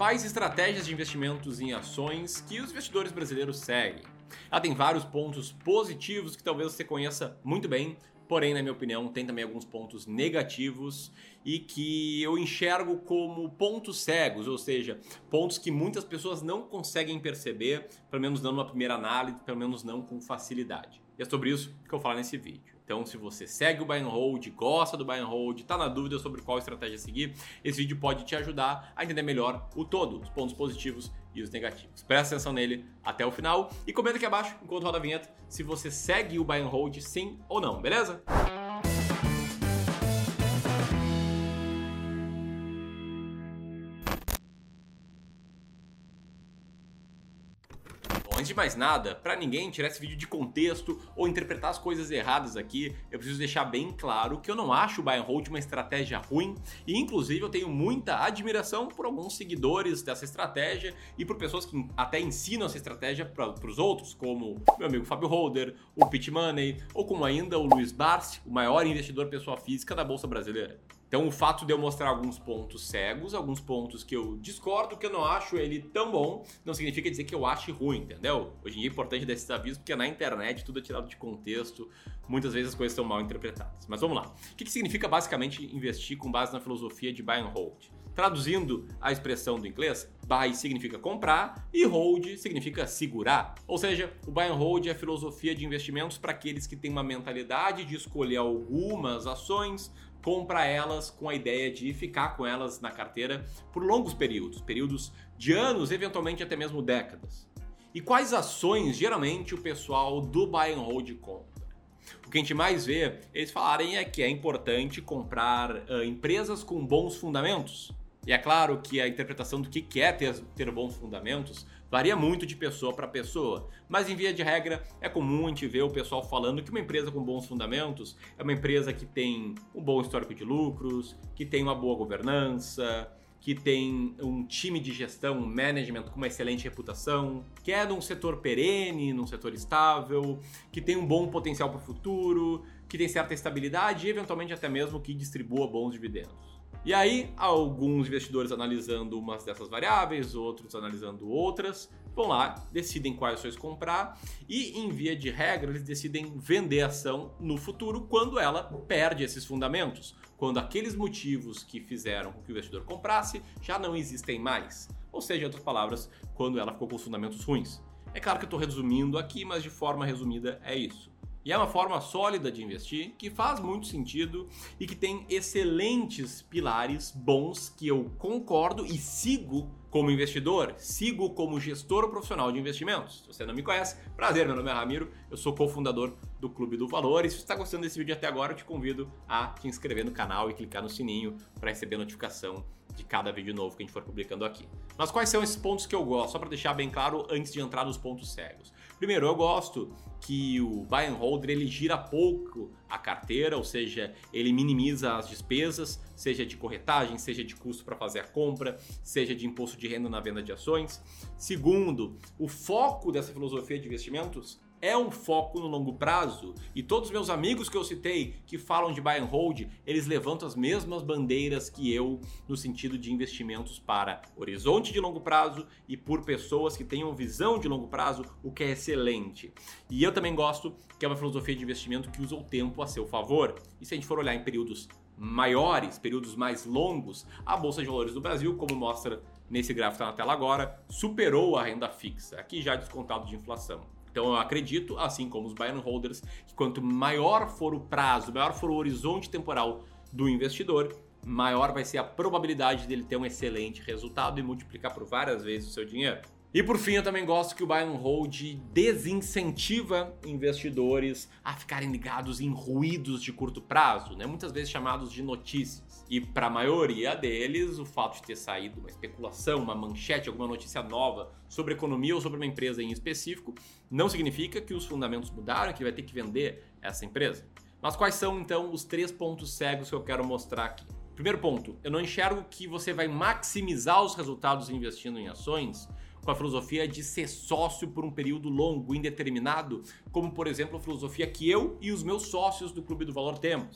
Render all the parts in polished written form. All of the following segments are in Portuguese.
principais estratégias de investimentos em ações que os investidores brasileiros seguem. Ela tem vários pontos positivos que talvez você conheça muito bem, porém, na minha opinião, tem também alguns pontos negativos e que eu enxergo como pontos cegos, ou seja, pontos que muitas pessoas não conseguem perceber, pelo menos não numa primeira análise, pelo menos não com facilidade. E é sobre isso que eu vou falar nesse vídeo. Então, se você segue o Buy and Hold, gosta do Buy and Hold, está na dúvida sobre qual estratégia seguir, esse vídeo pode te ajudar a entender melhor o todo, os pontos positivos e os negativos. Presta atenção nele até o final e comenta aqui abaixo, enquanto roda a vinheta, se você segue o Buy and Hold sim ou não, beleza? Antes de mais nada, para ninguém tirar esse vídeo de contexto ou interpretar as coisas erradas aqui, eu preciso deixar bem claro que eu não acho o Buy and Hold uma estratégia ruim e inclusive eu tenho muita admiração por alguns seguidores dessa estratégia e por pessoas que até ensinam essa estratégia para os outros, como meu amigo Fábio Holder, o Pit Money ou como ainda o Luiz Barsi, o maior investidor pessoa física da Bolsa Brasileira. Então o fato de eu mostrar alguns pontos cegos, alguns pontos que eu discordo, que eu não acho ele tão bom, não significa dizer que eu ache ruim, entendeu? Hoje em dia é importante dar esses avisos porque na internet tudo é tirado de contexto, muitas vezes as coisas são mal interpretadas. Mas vamos lá. O que significa basicamente investir com base na filosofia de Buy and Hold? Traduzindo a expressão do inglês, buy significa comprar e hold significa segurar. Ou seja, o buy and hold é a filosofia de investimentos para aqueles que têm uma mentalidade de escolher algumas ações, comprar elas com a ideia de ficar com elas na carteira por longos períodos de anos, eventualmente até mesmo décadas. E quais ações geralmente o pessoal do buy and hold compra? O que a gente mais vê eles falarem é que é importante comprar empresas com bons fundamentos. E é claro que a interpretação do que é ter bons fundamentos varia muito de pessoa para pessoa, mas em via de regra é comum a gente ver o pessoal falando que uma empresa com bons fundamentos é uma empresa que tem um bom histórico de lucros, que tem uma boa governança, que tem um time de gestão, um management com uma excelente reputação, que é num setor perene, num setor estável, que tem um bom potencial para o futuro, que tem certa estabilidade e eventualmente até mesmo que distribua bons dividendos. E aí, alguns investidores analisando umas dessas variáveis, outros analisando outras, vão lá, decidem quais ações comprar e, em via de regra, eles decidem vender a ação no futuro quando ela perde esses fundamentos, quando aqueles motivos que fizeram com que o investidor comprasse já não existem mais. Ou seja, em outras palavras, quando ela ficou com os fundamentos ruins. É claro que eu estou resumindo aqui, mas de forma resumida é isso. E é uma forma sólida de investir, que faz muito sentido e que tem excelentes pilares bons que eu concordo e sigo como investidor, sigo como gestor profissional de investimentos. Se você não me conhece, prazer, meu nome é Ramiro, eu sou cofundador do Clube do Valor e se você está gostando desse vídeo até agora, eu te convido a te inscrever no canal e clicar no sininho para receber notificação de cada vídeo novo que a gente for publicando aqui. Mas quais são esses pontos que eu gosto? Só para deixar bem claro antes de entrar nos pontos cegos. Primeiro, eu gosto que o Buy and Hold ele gira pouco a carteira, ou seja, ele minimiza as despesas, seja de corretagem, seja de custo para fazer a compra, seja de imposto de renda na venda de ações. Segundo, o foco dessa filosofia de investimentos é um foco no longo prazo e todos os meus amigos que eu citei que falam de Buy and Hold, eles levantam as mesmas bandeiras que eu no sentido de investimentos para horizonte de longo prazo e por pessoas que tenham visão de longo prazo, o que é excelente. E eu também gosto que é uma filosofia de investimento que usa o tempo a seu favor. E se a gente for olhar em períodos maiores, períodos mais longos, a Bolsa de Valores do Brasil, como mostra nesse gráfico que está na tela agora, superou a renda fixa, aqui já descontado de inflação. Então eu acredito, assim como os buy and holders, que quanto maior for o prazo, maior for o horizonte temporal do investidor, maior vai ser a probabilidade dele ter um excelente resultado e multiplicar por várias vezes o seu dinheiro. E por fim, eu também gosto que o Buy and Hold desincentiva investidores a ficarem ligados em ruídos de curto prazo, né? Muitas vezes chamados de notícias. E para a maioria deles, o fato de ter saído uma especulação, uma manchete, alguma notícia nova sobre economia ou sobre uma empresa em específico, não significa que os fundamentos mudaram e que vai ter que vender essa empresa. Mas quais são então os 3 pontos cegos que eu quero mostrar aqui? Primeiro ponto, eu não enxergo que você vai maximizar os resultados investindo em ações com a filosofia de ser sócio por um período longo, indeterminado, como por exemplo a filosofia que eu e os meus sócios do Clube do Valor temos.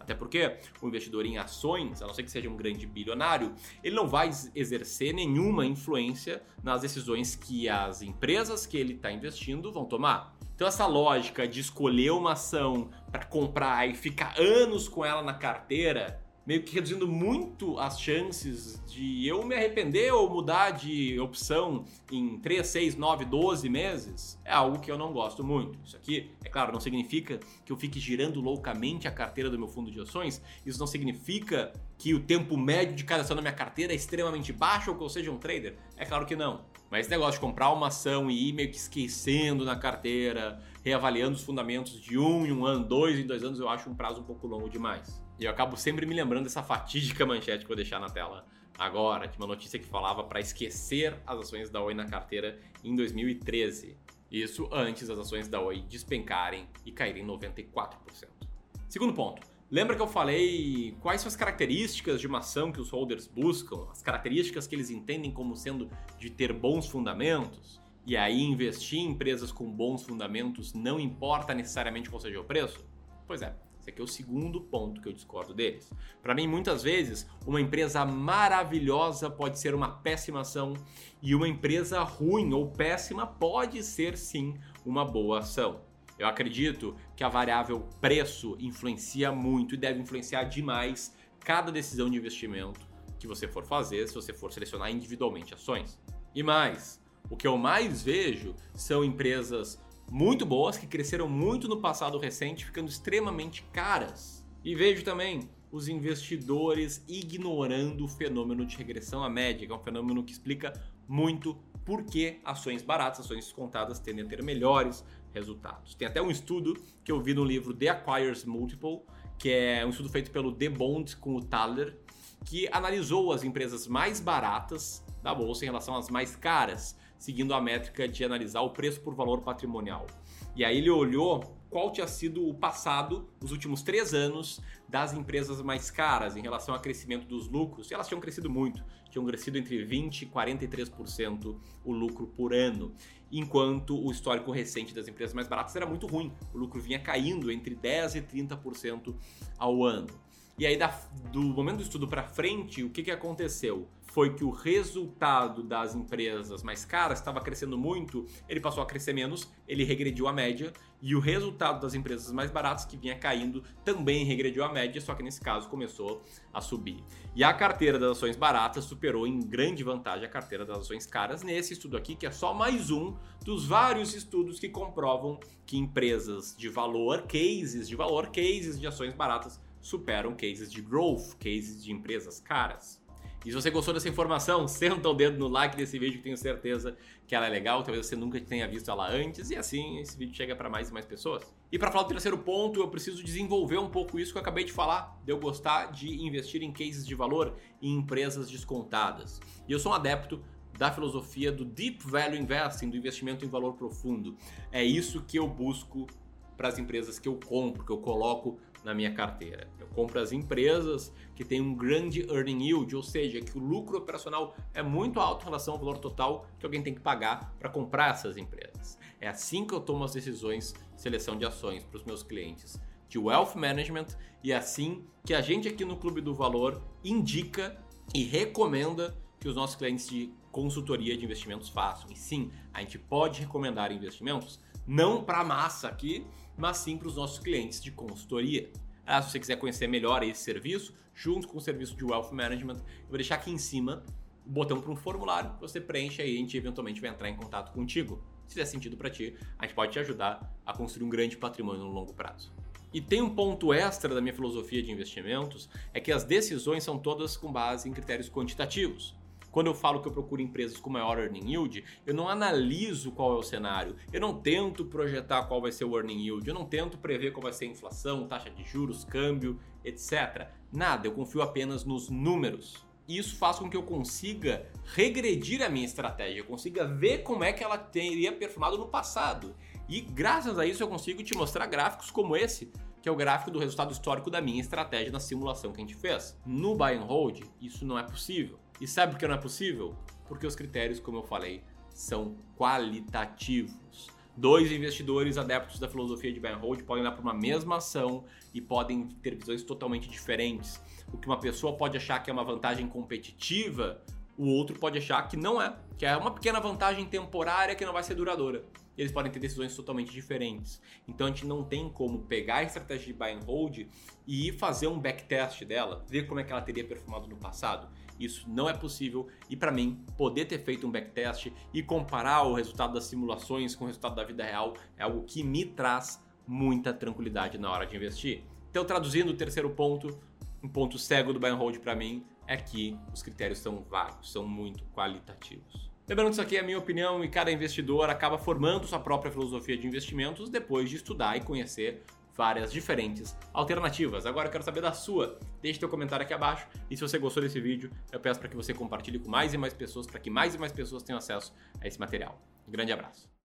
Até porque o investidor em ações, a não ser que seja um grande bilionário, ele não vai exercer nenhuma influência nas decisões que as empresas que ele está investindo vão tomar. Então essa lógica de escolher uma ação para comprar e ficar anos com ela na carteira, meio que reduzindo muito as chances de eu me arrepender ou mudar de opção em 3, 6, 9, 12 meses, é algo que eu não gosto muito. Isso aqui, é claro, não significa que eu fique girando loucamente a carteira do meu fundo de ações, isso não significa que o tempo médio de cada ação na minha carteira é extremamente baixo ou que eu seja um trader. É claro que não. Mas esse negócio de comprar uma ação e ir meio que esquecendo na carteira, reavaliando os fundamentos de em um ano, 2 em 2 anos, eu acho um prazo um pouco longo demais. E eu acabo sempre me lembrando dessa fatídica manchete que eu vou deixar na tela agora, de uma notícia que falava para esquecer as ações da Oi na carteira em 2013. Isso antes das ações da Oi despencarem e caírem 94%. Segundo ponto. Lembra que eu falei quais são as características de uma ação que os holders buscam? As características que eles entendem como sendo de ter bons fundamentos? E aí investir em empresas com bons fundamentos não importa necessariamente qual seja o preço? Pois é, esse aqui é o segundo ponto que eu discordo deles. Para mim, muitas vezes, uma empresa maravilhosa pode ser uma péssima ação e uma empresa ruim ou péssima pode ser sim uma boa ação. Eu acredito que a variável preço influencia muito e deve influenciar demais cada decisão de investimento que você for fazer, se você for selecionar individualmente ações. E mais, o que eu mais vejo são empresas muito boas que cresceram muito no passado recente, ficando extremamente caras. E vejo também os investidores ignorando o fenômeno de regressão à média, que é um fenômeno que explica muito por que ações baratas, ações descontadas tendem a ter melhores resultados. Tem até um estudo que eu vi no livro The Acquirer's Multiple, que é um estudo feito pelo The Bond com o Thaler, que analisou as empresas mais baratas da bolsa em relação às mais caras, seguindo a métrica de analisar o preço por valor patrimonial. E aí ele olhou qual tinha sido o passado, os últimos 3 anos, das empresas mais caras em relação ao crescimento dos lucros. E elas tinham crescido muito, tinham crescido entre 20% e 43% o lucro por ano, enquanto o histórico recente das empresas mais baratas era muito ruim. O lucro vinha caindo entre 10% e 30% ao ano. E aí, do momento do estudo para frente, o que aconteceu? Foi que o resultado das empresas mais caras estava crescendo muito, ele passou a crescer menos, ele regrediu a média, e o resultado das empresas mais baratas, que vinha caindo, também regrediu a média, só que nesse caso começou a subir. E a carteira das ações baratas superou em grande vantagem a carteira das ações caras nesse estudo aqui, que é só mais um dos vários estudos que comprovam que empresas de valor, cases de ações baratas, superam cases de growth, cases de empresas caras. E se você gostou dessa informação, senta o dedo no like desse vídeo, que tenho certeza que ela é legal, talvez você nunca tenha visto ela antes, e assim esse vídeo chega para mais e mais pessoas. E para falar do terceiro ponto, eu preciso desenvolver um pouco isso que eu acabei de falar, de eu gostar de investir em cases de valor em empresas descontadas. E eu sou um adepto da filosofia do Deep Value Investing, do investimento em valor profundo. É isso que eu busco para as empresas que eu compro, que eu coloco na minha carteira. Eu compro as empresas que têm um grande earning yield, ou seja, que o lucro operacional é muito alto em relação ao valor total que alguém tem que pagar para comprar essas empresas. É assim que eu tomo as decisões de seleção de ações para os meus clientes de Wealth Management, e é assim que a gente aqui no Clube do Valor indica e recomenda que os nossos clientes de consultoria de investimentos façam. E sim, a gente pode recomendar investimentos não para a massa aqui, mas sim para os nossos clientes de consultoria. Se você quiser conhecer melhor esse serviço, junto com o serviço de Wealth Management, eu vou deixar aqui em cima o botão para um formulário, você preenche aí e a gente eventualmente vai entrar em contato contigo. Se fizer sentido para ti, a gente pode te ajudar a construir um grande patrimônio no longo prazo. E tem um ponto extra da minha filosofia de investimentos, é que as decisões são todas com base em critérios quantitativos. Quando eu falo que eu procuro empresas com maior earning yield, eu não analiso qual é o cenário, eu não tento projetar qual vai ser o earning yield, eu não tento prever qual vai ser a inflação, taxa de juros, câmbio, etc. Nada, eu confio apenas nos números. E isso faz com que eu consiga regredir a minha estratégia, eu consiga ver como é que ela teria performado no passado. E graças a isso eu consigo te mostrar gráficos como esse, que é o gráfico do resultado histórico da minha estratégia na simulação que a gente fez. No Buy and Hold, isso não é possível. E sabe por que não é possível? Porque os critérios, como eu falei, são qualitativos. Dois investidores adeptos da filosofia de buy and hold podem olhar para uma mesma ação e podem ter visões totalmente diferentes. O que uma pessoa pode achar que é uma vantagem competitiva, o outro pode achar que não é, que é uma pequena vantagem temporária que não vai ser duradoura. Eles podem ter decisões totalmente diferentes. Então a gente não tem como pegar a estratégia de buy and hold e fazer um backtest dela, ver como é que ela teria performado no passado. Isso não é possível e para mim, poder ter feito um backtest e comparar o resultado das simulações com o resultado da vida real é algo que me traz muita tranquilidade na hora de investir. Então, traduzindo o terceiro ponto, um ponto cego do buy and hold para mim é que os critérios são vagos, são muito qualitativos. Lembrando que isso aqui é a minha opinião e cada investidor acaba formando sua própria filosofia de investimentos depois de estudar e conhecer várias diferentes alternativas. Agora eu quero saber da sua. Deixe teu comentário aqui abaixo e se você gostou desse vídeo, eu peço para que você compartilhe com mais e mais pessoas, para que mais e mais pessoas tenham acesso a esse material. Um grande abraço.